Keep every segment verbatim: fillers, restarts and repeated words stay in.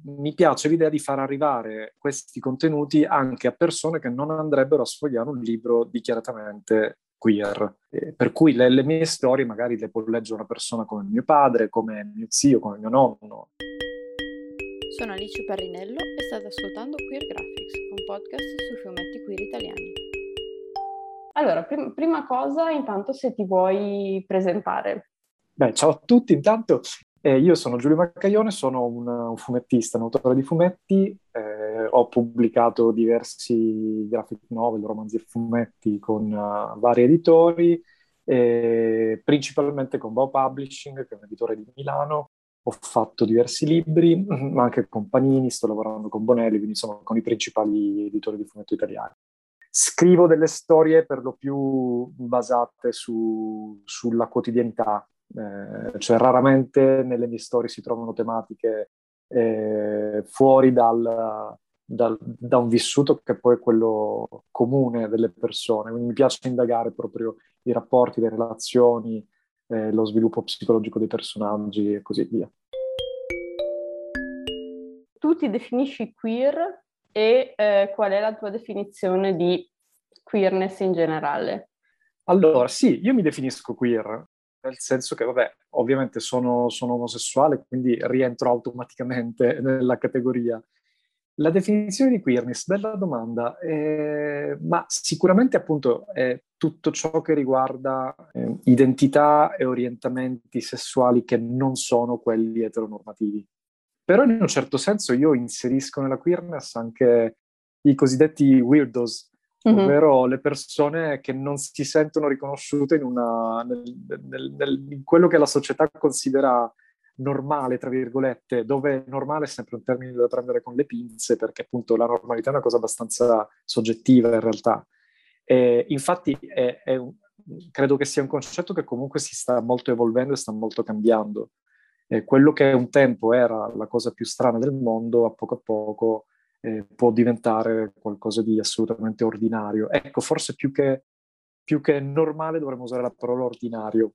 mi piace l'idea di far arrivare questi contenuti anche a persone che non andrebbero a sfogliare un libro dichiaratamente queer. Eh, per cui le, le mie storie magari le può leggere una persona come mio padre, come mio zio, come mio nonno. Sono Alice Parrinello e state ascoltando Queer Graphics, un podcast sui fumetti queer italiani. Allora, prim- prima cosa, intanto se ti vuoi presentare. Beh, ciao a tutti, intanto eh, io sono Giulio Maccaione, sono un, un fumettista, un autore di fumetti, eh, ho pubblicato diversi graphic novel, romanzi e fumetti con uh, vari editori, eh, principalmente con Bao Publishing, che è un editore di Milano. Ho fatto diversi libri, ma anche con Panini, sto lavorando con Bonelli, quindi insomma con i principali editori di fumetto italiani. Scrivo delle storie per lo più basate su, sulla quotidianità, eh, cioè raramente nelle mie storie si trovano tematiche eh, fuori dal, dal, da un vissuto che poi è quello comune delle persone. Quindi mi piace indagare proprio i rapporti, le relazioni, eh, lo sviluppo psicologico dei personaggi e così via. Tu ti definisci queer e eh, qual è la tua definizione di queerness in generale? Allora, sì, io mi definisco queer, nel senso che, vabbè, ovviamente sono, sono omosessuale, quindi rientro automaticamente nella categoria. La definizione di queerness, bella domanda, eh, ma sicuramente appunto è tutto ciò che riguarda eh, identità e orientamenti sessuali che non sono quelli eteronormativi. Però in un certo senso io inserisco nella queerness anche i cosiddetti weirdos, Mm-hmm. ovvero le persone che non si sentono riconosciute in, una, nel, nel, nel, in quello che la società considera normale, tra virgolette, dove normale è sempre un termine da prendere con le pinze, perché appunto la normalità è una cosa abbastanza soggettiva in realtà. E infatti è, è un, credo che sia un concetto che comunque si sta molto evolvendo e sta molto cambiando. Eh, quello che un tempo era la cosa più strana del mondo, a poco a poco eh, può diventare qualcosa di assolutamente ordinario. Ecco, forse più che, più che normale dovremmo usare la parola ordinario.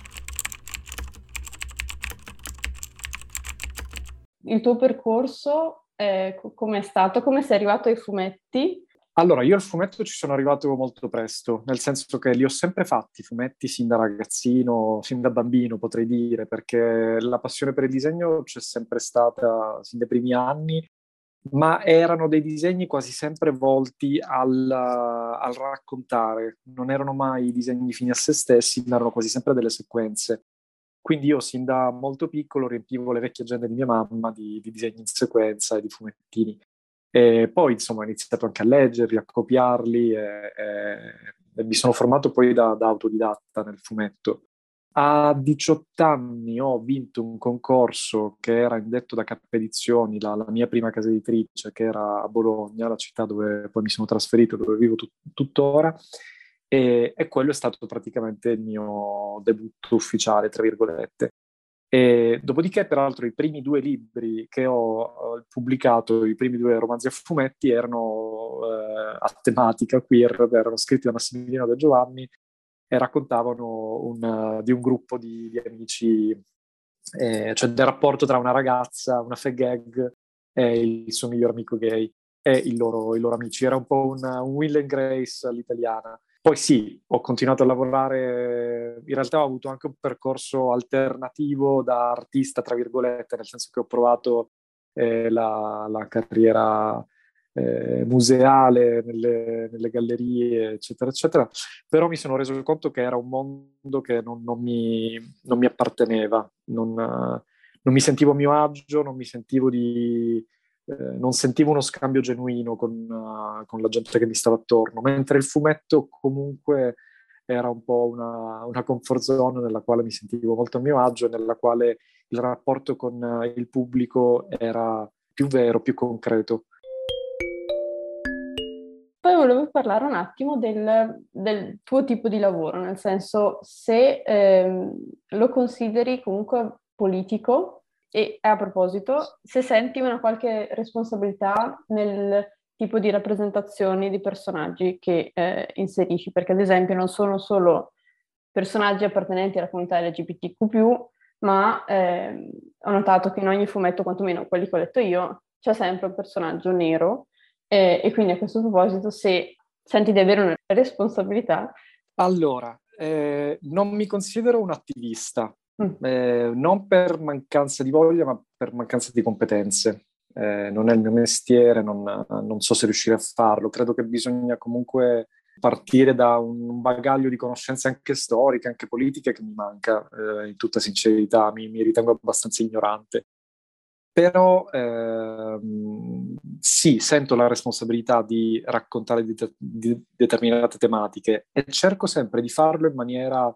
Il tuo percorso eh, come è stato? Come sei arrivato ai fumetti? Allora, io al fumetto ci sono arrivato molto presto, nel senso che li ho sempre fatti, fumetti sin da ragazzino, sin da bambino potrei dire, perché la passione per il disegno c'è sempre stata sin dai primi anni, ma erano dei disegni quasi sempre volti al, al raccontare, non erano mai disegni fini a se stessi, ma erano quasi sempre delle sequenze. Quindi io sin da molto piccolo riempivo le vecchie agende di mia mamma di, di disegni in sequenza e di fumettini. E poi, insomma, ho iniziato anche a leggerli, a copiarli e, e, e mi sono formato poi da, da autodidatta nel fumetto. A diciotto anni ho vinto un concorso che era indetto da Cappe Edizioni, la, la mia prima casa editrice, che era a Bologna, la città dove poi mi sono trasferito, dove vivo tut- tuttora, e, e quello è stato praticamente il mio debutto ufficiale, tra virgolette. E dopodiché, peraltro, i primi due libri che ho eh, pubblicato, i primi due romanzi a fumetti, erano eh, a tematica queer, erano scritti da Massimiliano De Giovanni e raccontavano un, di un gruppo di, di amici, eh, cioè del rapporto tra una ragazza, una fag e il suo miglior amico gay e i loro, i loro amici. Era un po' un, un Will and Grace all'italiana. Poi sì, ho continuato a lavorare, in realtà ho avuto anche un percorso alternativo da artista, tra virgolette, nel senso che ho provato eh, la, la carriera eh, museale nelle, nelle gallerie, eccetera, eccetera, però mi sono reso conto che era un mondo che non, non, mi, non mi apparteneva, non, uh, non mi sentivo a mio agio, non mi sentivo di... Eh, non sentivo uno scambio genuino con, uh, con la gente che mi stava attorno, mentre il fumetto comunque era un po' una, una comfort zone nella quale mi sentivo molto a mio agio e nella quale il rapporto con uh, il pubblico era più vero, più concreto. Poi volevo parlare un attimo del, del tuo tipo di lavoro, nel senso se ehm, lo consideri comunque politico e a proposito, se senti una qualche responsabilità nel tipo di rappresentazioni di personaggi che eh, inserisci, perché ad esempio non sono solo personaggi appartenenti alla comunità L G B T Q più, ma eh, ho notato che in ogni fumetto, quantomeno quelli che ho letto io, c'è sempre un personaggio nero eh, e quindi a questo proposito, se senti di avere una responsabilità... Allora, eh, non mi considero un attivista, Mm. eh, non per mancanza di voglia, ma per mancanza di competenze. Eh, non è il mio mestiere, non, non so se riuscire a farlo. Credo che bisogna comunque partire da un bagaglio di conoscenze anche storiche, anche politiche, che mi manca, eh, in tutta sincerità. Mi, mi ritengo abbastanza ignorante. Però ehm, sì, sento la responsabilità di raccontare di, di determinate tematiche e cerco sempre di farlo in maniera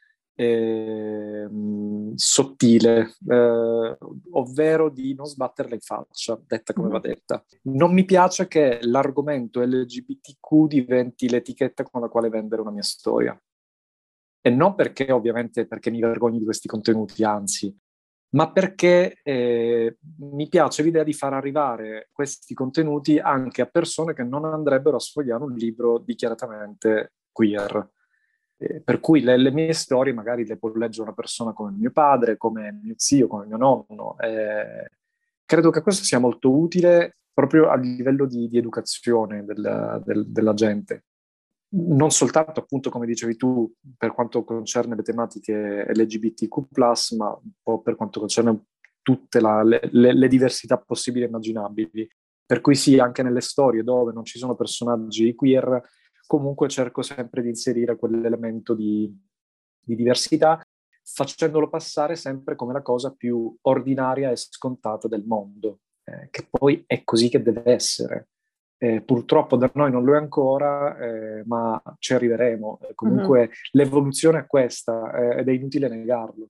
ehm, sottile, eh, ovvero di non sbatterla in faccia, detta come va detta. Non mi piace che l'argomento L G B T Q diventi l'etichetta con la quale vendere una mia storia. E non perché, ovviamente, perché mi vergogno di questi contenuti, anzi, ma perché eh, mi piace l'idea di far arrivare questi contenuti anche a persone che non andrebbero a sfogliare un libro dichiaratamente queer. Eh, per cui le, le mie storie magari le può leggere una persona come mio padre, come mio zio, come mio nonno. Eh, credo che questo sia molto utile proprio a livello di, di educazione del, del, della gente. Non soltanto, appunto, come dicevi tu, per quanto concerne le tematiche L G B T Q plus, ma un po' per quanto concerne tutte la, le, le diversità possibili e immaginabili. Per cui sì, anche nelle storie dove non ci sono personaggi queer, comunque cerco sempre di inserire quell'elemento di, di diversità, facendolo passare sempre come la cosa più ordinaria e scontata del mondo, eh, che poi è così che deve essere. Eh, purtroppo da noi non lo è ancora, eh, ma ci arriveremo. Eh, comunque mm-hmm. l'evoluzione è questa, eh, ed è inutile negarlo.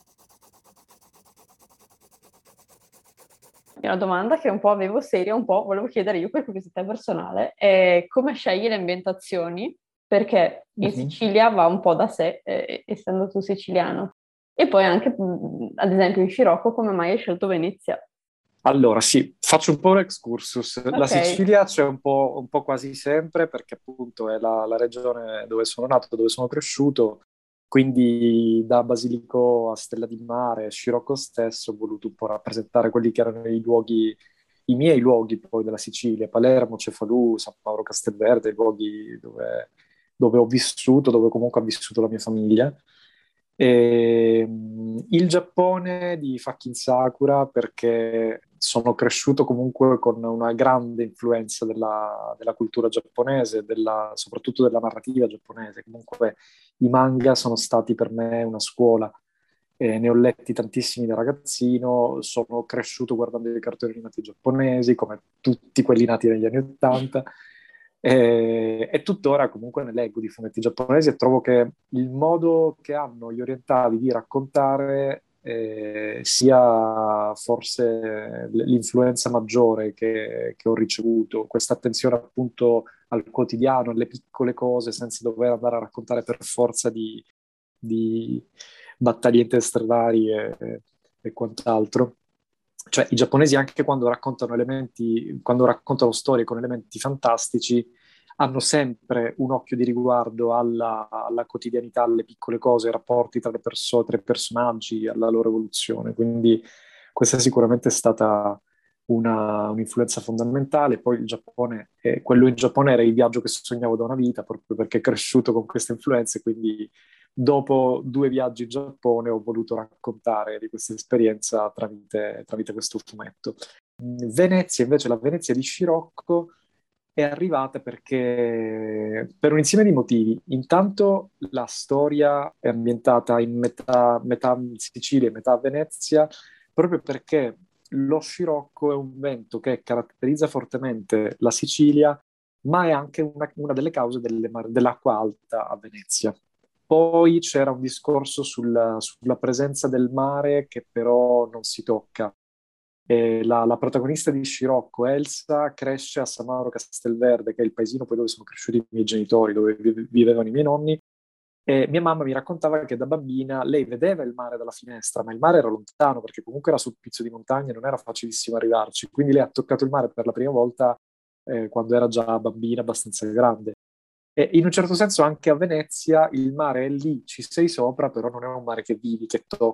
Una domanda che un po' avevo seria, un po' volevo chiedere io per curiosità personale, è come scegli le ambientazioni? Perché in mm-hmm. Sicilia va un po' da sé, eh, essendo tu siciliano. E poi anche, ad esempio, in Scirocco, come mai hai scelto Venezia? Allora, sì, faccio un po' un excursus. Okay. La Sicilia c'è un po', un po' quasi sempre, perché appunto è la, la regione dove sono nato, dove sono cresciuto, quindi da Basilico a Stella di Mare, Scirocco stesso, ho voluto un po' rappresentare quelli che erano i luoghi, i miei luoghi poi della Sicilia, Palermo, Cefalù, San Paolo Castelverde, i luoghi dove, dove ho vissuto, dove comunque ha vissuto la mia famiglia. E, il Giappone di Fakin Sakura, perché sono cresciuto comunque con una grande influenza della, della cultura giapponese, della, soprattutto della narrativa giapponese. Comunque i manga sono stati per me una scuola, e ne ho letti tantissimi da ragazzino, sono cresciuto guardando i cartoni animati giapponesi, come tutti quelli nati negli anni Ottanta. E, e tuttora comunque ne leggo di fumetti giapponesi e trovo che il modo che hanno gli orientali di raccontare eh, sia forse l'influenza maggiore che, che ho ricevuto, questa attenzione appunto al quotidiano, alle piccole cose, senza dover andare a raccontare per forza di, di battaglie interstellari e, e quant'altro. Cioè i giapponesi, anche quando raccontano elementi, quando raccontano storie con elementi fantastici, hanno sempre un occhio di riguardo alla, alla quotidianità, alle piccole cose, ai rapporti tra le persone, tra i personaggi, alla loro evoluzione. Quindi questa sicuramente è stata una, un'influenza fondamentale. Poi il Giappone, eh, quello in Giappone era il viaggio che sognavo da una vita, proprio perché è cresciuto con queste influenze, quindi dopo due viaggi in Giappone ho voluto raccontare di questa esperienza tramite, tramite questo fumetto. Venezia, invece, la Venezia di Scirocco è arrivata perché per un insieme di motivi. Intanto la storia è ambientata in metà, metà Sicilia e metà Venezia, proprio perché lo scirocco è un vento che caratterizza fortemente la Sicilia, ma è anche una, una delle cause delle, dell'acqua alta a Venezia. Poi c'era un discorso sulla, sulla presenza del mare che però non si tocca. E la, la protagonista di Scirocco, Elsa, cresce a San Mauro Castelverde, che è il paesino poi dove sono cresciuti i miei genitori, dove vivevano i miei nonni. E mia mamma mi raccontava che da bambina lei vedeva il mare dalla finestra, ma il mare era lontano perché comunque era sul pizzo di montagna e non era facilissimo arrivarci. Quindi lei ha toccato il mare per la prima volta eh, quando era già bambina, abbastanza grande. E in un certo senso anche a Venezia il mare è lì, ci sei sopra, però non è un mare che vivi, che tocchi.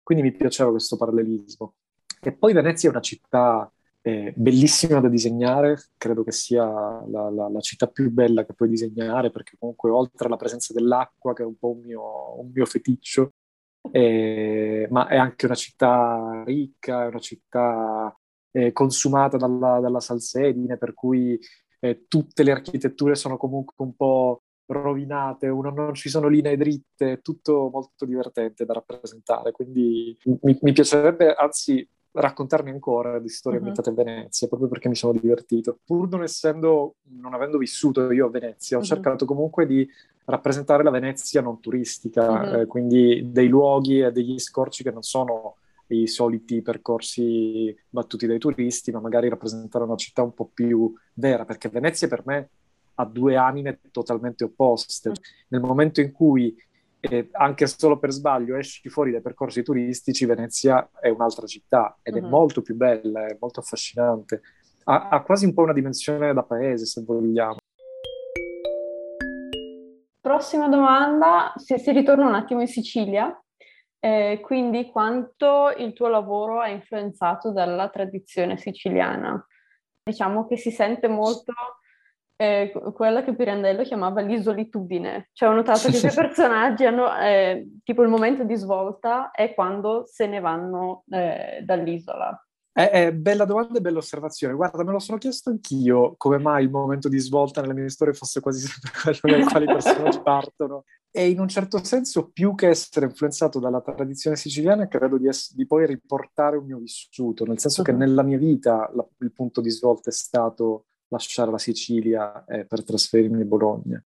Quindi mi piaceva questo parallelismo. E poi Venezia è una città eh, bellissima da disegnare, credo che sia la, la- la città più bella che puoi disegnare, perché comunque oltre alla presenza dell'acqua, che è un po' un mio, un mio feticcio, eh, ma è anche una città ricca, è una città eh, consumata dalla, dalla salsedine, per cui eh, tutte le architetture sono comunque un po' rovinate, uno- non ci sono linee dritte, è tutto molto divertente da rappresentare, quindi mi, mi piacerebbe anzi raccontarmi ancora di storie Mhm, ambientate a Venezia, proprio perché mi sono divertito. Pur non essendo, non avendo vissuto io a Venezia, ho mhm, cercato comunque di rappresentare la Venezia non turistica, mhm. eh, quindi dei luoghi e degli scorci che non sono i soliti percorsi battuti dai turisti, ma magari rappresentare una città un po' più vera, perché Venezia per me ha due anime totalmente opposte. Nel momento in cui, eh, anche solo per sbaglio, esci fuori dai percorsi turistici, Venezia è un'altra città ed è Mhm. molto più bella, è molto affascinante. Ha, ha quasi un po' una dimensione da paese, se vogliamo. Prossima domanda, se si ritorna un attimo in Sicilia, eh, quindi quanto il tuo lavoro è influenzato dalla tradizione siciliana? Diciamo che si sente molto eh, quella che Pirandello chiamava l'isolitudine. Cioè ho notato che i tuoi personaggi hanno, eh, tipo il momento di svolta è quando se ne vanno eh, dall'isola. È, è bella domanda e bella osservazione. Guarda, me lo sono chiesto anch'io, come mai il momento di svolta nelle mie storie fosse quasi sempre quello nel quale i personaggi partono. E in un certo senso, più che essere influenzato dalla tradizione siciliana, credo di, ess- di poi riportare un mio vissuto, nel senso che Mhm, nella mia vita la- il punto di svolta è stato lasciare la Sicilia eh, per trasferirmi a Bologna.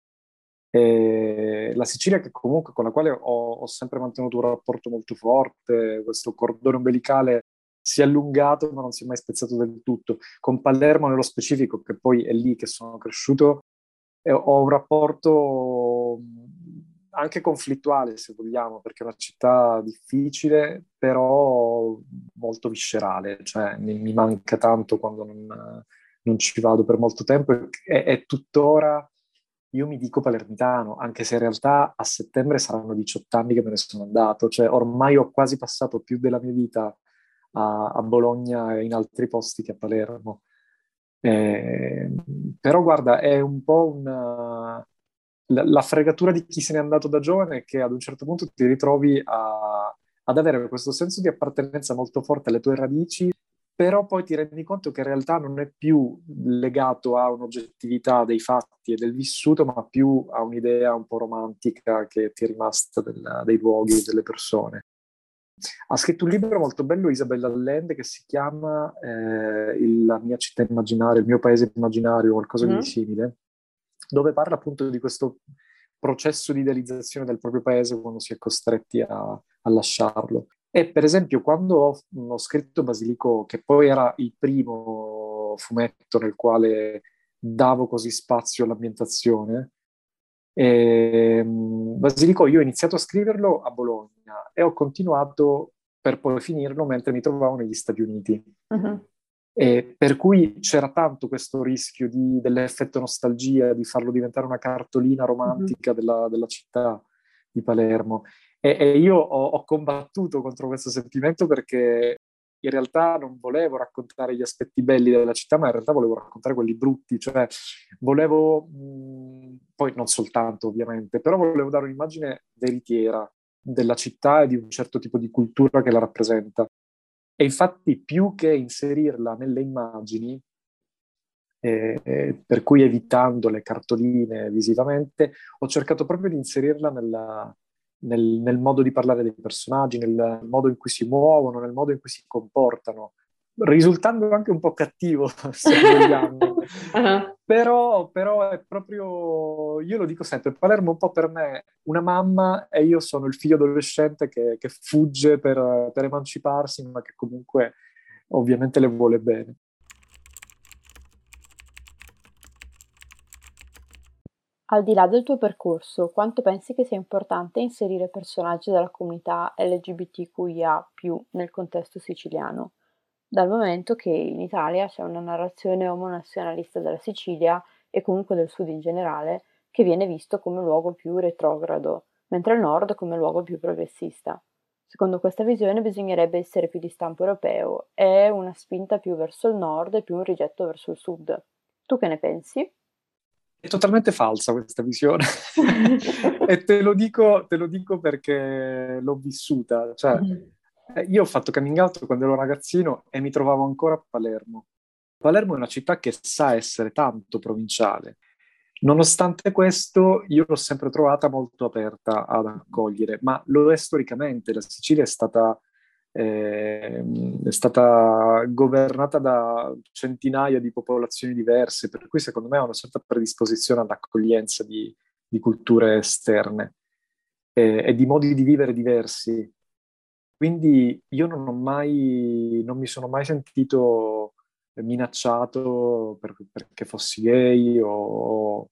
E la Sicilia, che comunque con la quale ho, ho sempre mantenuto un rapporto molto forte, questo cordone ombelicale si è allungato ma non si è mai spezzato del tutto. Con Palermo nello specifico, che poi è lì che sono cresciuto, eh, ho un rapporto mh, anche conflittuale, se vogliamo, perché è una città difficile, però molto viscerale, cioè mi, mi manca tanto quando non, non ci vado per molto tempo e, e e tuttora io mi dico palermitano, anche se in realtà a settembre saranno diciotto anni che me ne sono andato, cioè ormai ho quasi passato più della mia vita a, a Bologna e in altri posti che a Palermo. Eh, però guarda, è un po' una... La, la fregatura di chi se n'è andato da giovane è che ad un certo punto ti ritrovi a- ad avere questo senso di appartenenza molto forte alle tue radici, però poi ti rendi conto che in realtà non è più legato a un'oggettività dei fatti e del vissuto, ma più a un'idea un po' romantica che ti è rimasta del- dei luoghi e delle persone. Ha scritto un libro molto bello Isabella Allende che si chiama eh, il- La mia città immaginaria, il mio paese immaginario, qualcosa di mhm, simile, dove parla appunto di questo processo di idealizzazione del proprio paese quando si è costretti a, a lasciarlo. E per esempio, quando ho, ho scritto Basilico, che poi era il primo fumetto nel quale davo così spazio all'ambientazione, ehm, Basilico, io ho iniziato a scriverlo a Bologna e ho continuato per poi finirlo mentre mi trovavo negli Stati Uniti. mhm, E per cui c'era tanto questo rischio di- dell'effetto nostalgia, di farlo diventare una cartolina mhm. romantica della, della città di Palermo. E, e io ho, ho combattuto contro questo sentimento perché in realtà non volevo raccontare gli aspetti belli della città, ma in realtà volevo raccontare quelli brutti, cioè volevo, mh, poi non soltanto ovviamente, però volevo dare un'immagine veritiera della città e di un certo tipo di cultura che la rappresenta. E infatti più che inserirla nelle immagini, eh, eh, per cui evitando le cartoline visivamente, ho cercato proprio di inserirla nella- nel, nel modo di parlare dei personaggi, nel modo in cui si muovono, nel modo in cui si comportano, risultando anche un po' cattivo, se vogliamo. Ah, Però, però è proprio, io lo dico sempre, Palermo un po' per me è una mamma e io sono il figlio adolescente che, che fugge per, per emanciparsi, ma che comunque ovviamente le vuole bene. Al di là del tuo percorso, quanto pensi che sia importante inserire personaggi della comunità L G B T Q I A più nel contesto siciliano? Dal momento che in Italia c'è una narrazione omonazionalista della Sicilia e comunque del Sud in generale, che viene visto come luogo più retrogrado, mentre il Nord come luogo più progressista. Secondo questa visione bisognerebbe essere più di stampo europeo e una spinta più verso il nord e più un rigetto verso il sud. Tu che ne pensi? È totalmente falsa questa visione e te lo dico, te lo dico perché l'ho vissuta. Cioè, Mhm. eh, io ho fatto coming out quando ero ragazzino e mi trovavo ancora a Palermo. Palermo è una città che sa essere tanto provinciale. Nonostante questo, io l'ho sempre trovata molto aperta ad accogliere, ma lo è storicamente. La Sicilia è stata, eh, è stata governata da centinaia di popolazioni diverse, per cui secondo me ha una certa predisposizione all'accoglienza di, di culture esterne eh, e di modi di vivere diversi. Quindi io non ho mai, non mi sono mai sentito minacciato per- perché fossi gay o,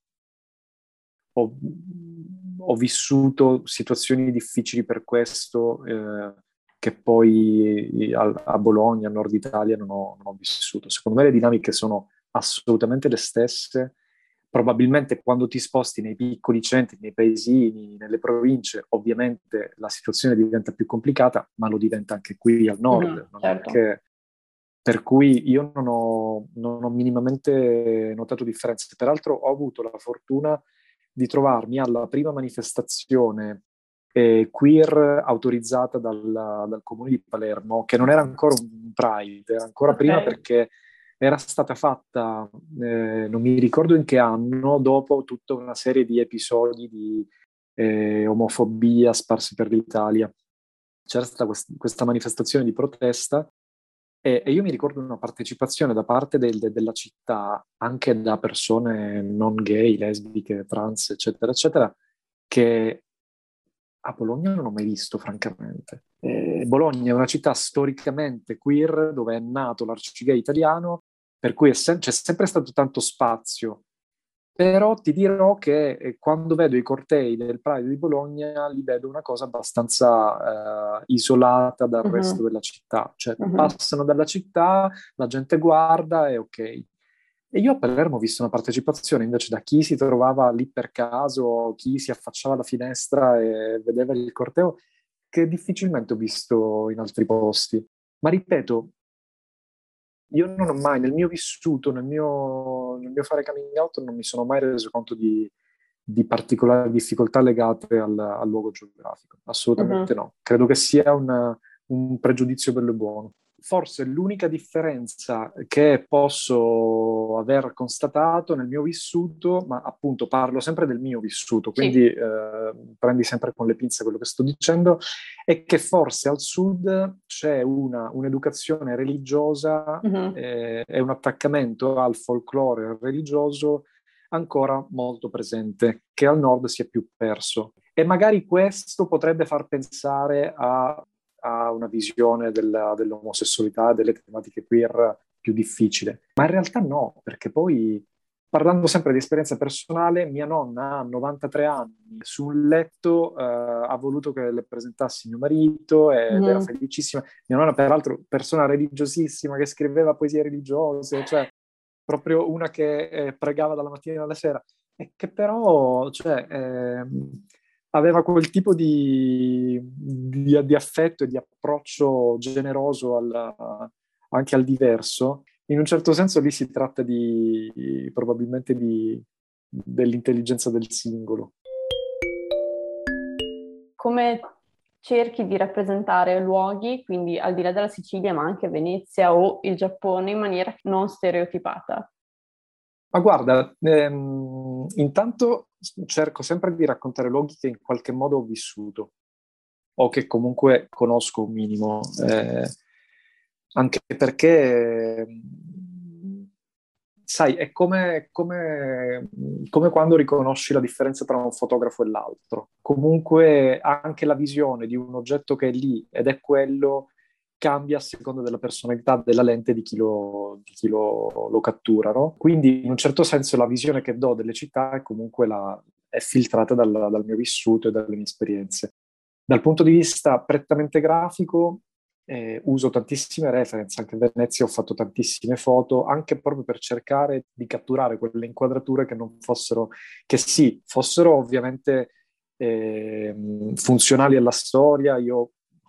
ho, ho vissuto situazioni difficili per questo, eh, che poi a, a Bologna, a Nord Italia, non ho, non ho vissuto. Secondo me le dinamiche sono assolutamente le stesse. Probabilmente quando ti sposti nei piccoli centri, nei paesini, nelle province, ovviamente la situazione diventa più complicata, ma lo diventa anche qui al Mhm, nord. Non è certo. che... Per cui io non ho, non ho minimamente notato differenze. Peraltro ho avuto la fortuna di trovarmi alla prima manifestazione eh, queer autorizzata dal, dal comune di Palermo, che non era ancora un Pride, era ancora Ok. prima perché era stata fatta, eh, non mi ricordo in che anno, dopo tutta una serie di episodi di eh, omofobia sparsi per l'Italia. C'era stata quest- questa manifestazione di protesta e, e io mi ricordo una partecipazione da parte del- de- della città, anche da persone non gay, lesbiche, trans, eccetera, eccetera, che a Bologna non ho mai visto, francamente. Eh, Bologna è una città storicamente queer, dove è nato l'arcigay italiano, per cui è sem- c'è sempre stato tanto spazio. Però ti dirò che eh, quando vedo i cortei del Pride di Bologna li vedo una cosa abbastanza eh, isolata dal resto Mhm, della città. Cioè mhm. passano dalla città, la gente guarda e ok. E io a Palermo ho visto una partecipazione invece da chi si trovava lì per caso, chi si affacciava alla finestra e vedeva il corteo, che difficilmente ho visto in altri posti. Ma ripeto, io non ho mai, nel mio vissuto, nel mio, nel mio fare coming out, non mi sono mai reso conto di, di particolari difficoltà legate al, al luogo geografico. Assolutamente Mhm. no. Credo che sia un, un pregiudizio bello e buono. Forse l'unica differenza che posso aver constatato nel mio vissuto, ma appunto parlo sempre del mio vissuto, quindi Sì. eh, prendi sempre con le pinze quello che sto dicendo, è che forse al sud c'è una, un'educazione religiosa Mhm. eh, e un attaccamento al folklore religioso ancora molto presente, che al nord si è più perso. E magari questo potrebbe far pensare a, a una visione della, dell'omosessualità e delle tematiche queer più difficile. Ma in realtà no, perché poi, parlando sempre di esperienza personale, mia nonna a novantatré anni su un letto eh, ha voluto che le presentassi mio marito ed era Mhm. felicissima. Mia nonna, peraltro, persona religiosissima che scriveva poesie religiose, cioè proprio una che eh, pregava dalla mattina alla sera, e che però cioè, ehm, aveva quel tipo di, di, di affetto e di approccio generoso al- anche al diverso. In un certo senso lì si tratta di probabilmente di, dell'intelligenza del singolo. Come cerchi di rappresentare luoghi, quindi al di là della Sicilia, ma anche Venezia o il Giappone, in maniera non stereotipata? Ma guarda, ehm, intanto cerco sempre di raccontare luoghi che in qualche modo ho vissuto o che comunque conosco un minimo, eh, anche perché, ehm, sai, è come, come, come quando riconosci la differenza tra un fotografo e l'altro. Comunque anche la visione di un oggetto che è lì ed è quello cambia a seconda della personalità della lente di chi lo, di chi lo, lo cattura, no? Quindi in un certo senso la visione che do delle città è comunque la, è filtrata dal, dal mio vissuto e dalle mie esperienze. Dal punto di vista prettamente grafico, eh, uso tantissime reference, anche a Venezia ho fatto tantissime foto, anche proprio per cercare di catturare quelle inquadrature che non fossero, che sì, fossero ovviamente eh, funzionali alla storia. Io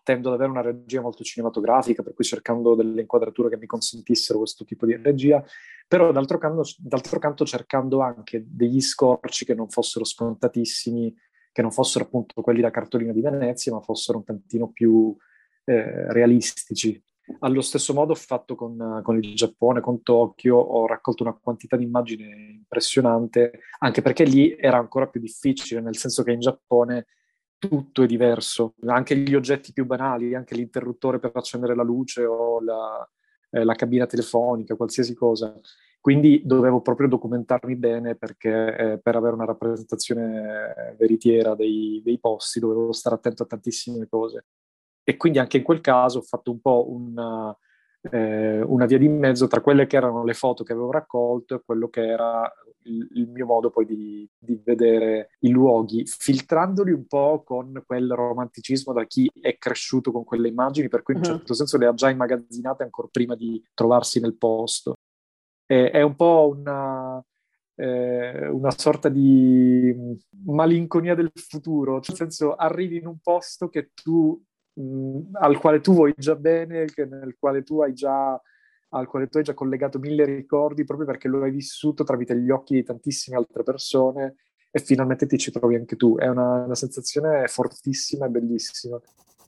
tendo ad avere una regia molto cinematografica, per cui cercando delle inquadrature che mi consentissero questo tipo di regia, però d'altro canto, d'altro canto cercando anche degli scorci che non fossero scontatissimi, che non fossero appunto quelli da cartolina di Venezia, ma fossero un tantino più eh, realistici. Allo stesso modo ho fatto con, con il Giappone, con Tokyo, ho raccolto una quantità di immagini impressionante, anche perché lì era ancora più difficile, nel senso che in Giappone tutto è diverso, anche gli oggetti più banali, anche l'interruttore per accendere la luce o la, eh, la cabina telefonica, qualsiasi cosa. Quindi dovevo proprio documentarmi bene perché eh, per avere una rappresentazione veritiera dei, dei posti dovevo stare attento a tantissime cose. E quindi anche in quel caso ho fatto un po' una, eh, una via di mezzo tra quelle che erano le foto che avevo raccolto e quello che era il, il mio modo poi di, di vedere i luoghi, filtrandoli un po' con quel romanticismo da chi è cresciuto con quelle immagini, per cui in un certo senso le ha già immagazzinate ancora prima di trovarsi nel posto. E, è un po' una, eh, una sorta di malinconia del futuro, nel senso arrivi in un posto che tu mh, al quale tu vuoi già bene, che nel quale tu hai già, al quale tu hai già collegato mille ricordi proprio perché lo hai vissuto tramite gli occhi di tantissime altre persone e finalmente ti ci trovi anche tu. È una, una sensazione fortissima e bellissima.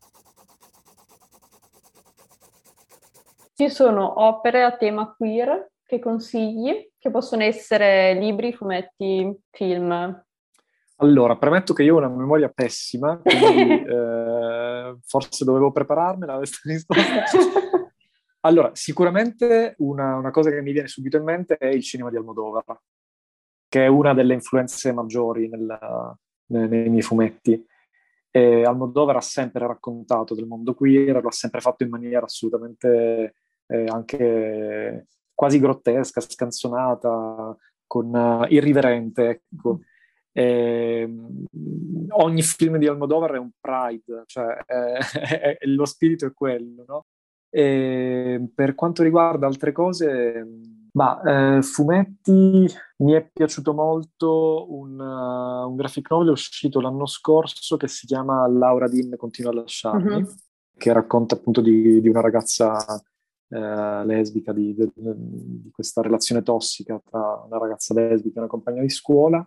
Ci sono opere a tema queer che consigli, che possono essere libri, fumetti, film? Allora, premetto che io ho una memoria pessima, quindi eh, forse dovevo prepararmela questa risposta. Allora, sicuramente una, una cosa che mi viene subito in mente è il cinema di Almodovar, che è una delle influenze maggiori nella- nei, nei miei fumetti. E Almodovar ha sempre raccontato del mondo queer, lo ha sempre fatto in maniera assolutamente eh, anche quasi grottesca, scanzonata, con, eh, irriverente, ecco. E, mh, ogni film di Almodovar è un pride, cioè è- è- è- lo spirito è quello, no? E per quanto riguarda altre cose, ma eh, fumetti, mi è piaciuto molto un, uh, un graphic novel uscito l'anno scorso che si chiama Laura Dean continua a lasciarmi, Mhm. che racconta appunto di, di una ragazza eh, lesbica, di, di- di questa relazione tossica tra una ragazza lesbica e una compagna di scuola.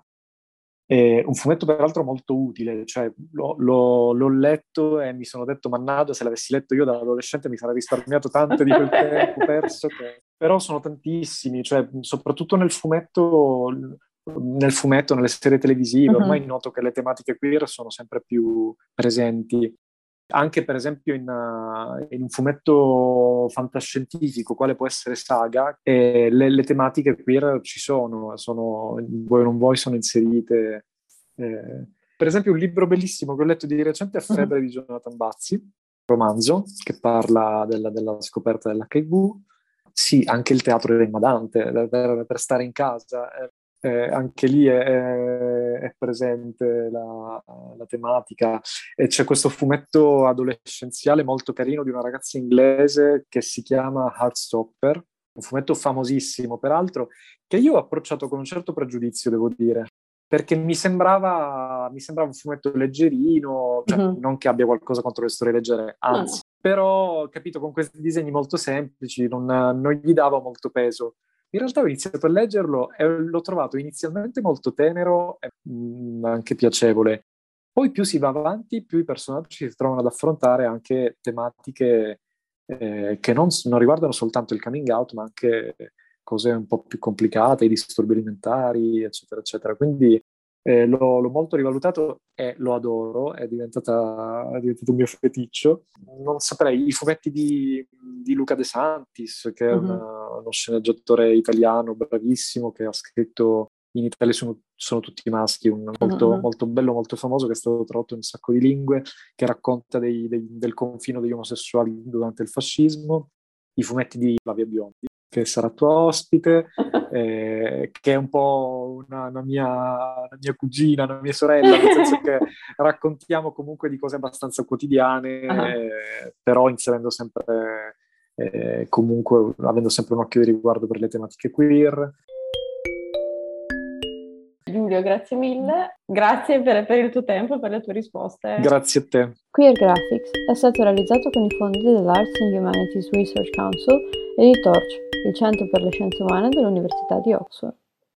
È un fumetto peraltro molto utile, cioè l'ho, l'ho- l'ho letto e mi sono detto, mannaggia, se l'avessi letto io da adolescente mi sarei risparmiato tanto di quel tempo perso, che... però sono tantissimi, cioè, soprattutto nel fumetto, nel fumetto, nelle serie televisive, ormai Mhm. noto che le tematiche queer sono sempre più presenti. Anche per esempio in, uh, in un fumetto fantascientifico, quale può essere Saga, e le, le tematiche queer ci sono, sono, vuoi o non vuoi, sono inserite. Eh, per esempio un libro bellissimo che ho letto di recente è Mhm. Febbre di Jonathan Bazzi, romanzo che parla della, della scoperta dell'H I V. Sì, anche il teatro è invadante, per, per stare in casa. Eh, eh, anche lì è, è- è presente la, la tematica. E c'è questo fumetto adolescenziale molto carino di una ragazza inglese che si chiama Heartstopper, un fumetto famosissimo, peraltro, che io ho approcciato con un certo pregiudizio, devo dire, perché mi sembrava, mi sembrava un fumetto leggerino, cioè Mhm. non che abbia qualcosa contro le storie leggere, No, anzi, no. però, capito, con questi disegni molto semplici, non, non gli davo molto peso. In realtà ho iniziato a leggerlo e l'ho trovato inizialmente molto tenero e mh, anche piacevole. Poi più si va avanti, più i personaggi si trovano ad affrontare anche tematiche eh, che non, non riguardano soltanto il coming out, ma anche cose un po' più complicate, i disturbi alimentari, eccetera, eccetera. Quindi eh, l'ho, l'ho molto rivalutato e lo adoro, è, diventata, è diventato un mio feticcio. Non saprei, i fumetti di, di Luca De Santis, che è Mhm. una- uno sceneggiatore italiano bravissimo, che ha scritto in Italia sono, sono tutti maschi, un Mhm. molto, Mhm. molto bello, molto famoso, che è stato tradotto in un sacco di lingue, che racconta dei- dei- del confino degli omosessuali durante il fascismo. I fumetti di Flavia Biondi, che sarà tua ospite, eh, che è un po' una, una mia, una mia cugina, una mia sorella, nel senso che raccontiamo comunque di cose abbastanza quotidiane, Ah. eh, però inserendo sempre, eh, comunque, avendo sempre un occhio di riguardo per le tematiche queer. Giulio, grazie mille. Grazie per, per il tuo tempo, per le tue risposte. Grazie a te. Queer Graphics è stato realizzato con i fondi dell'Arts and Humanities Research Council e di Torch, il Centro per le Scienze Umane dell'Università di Oxford.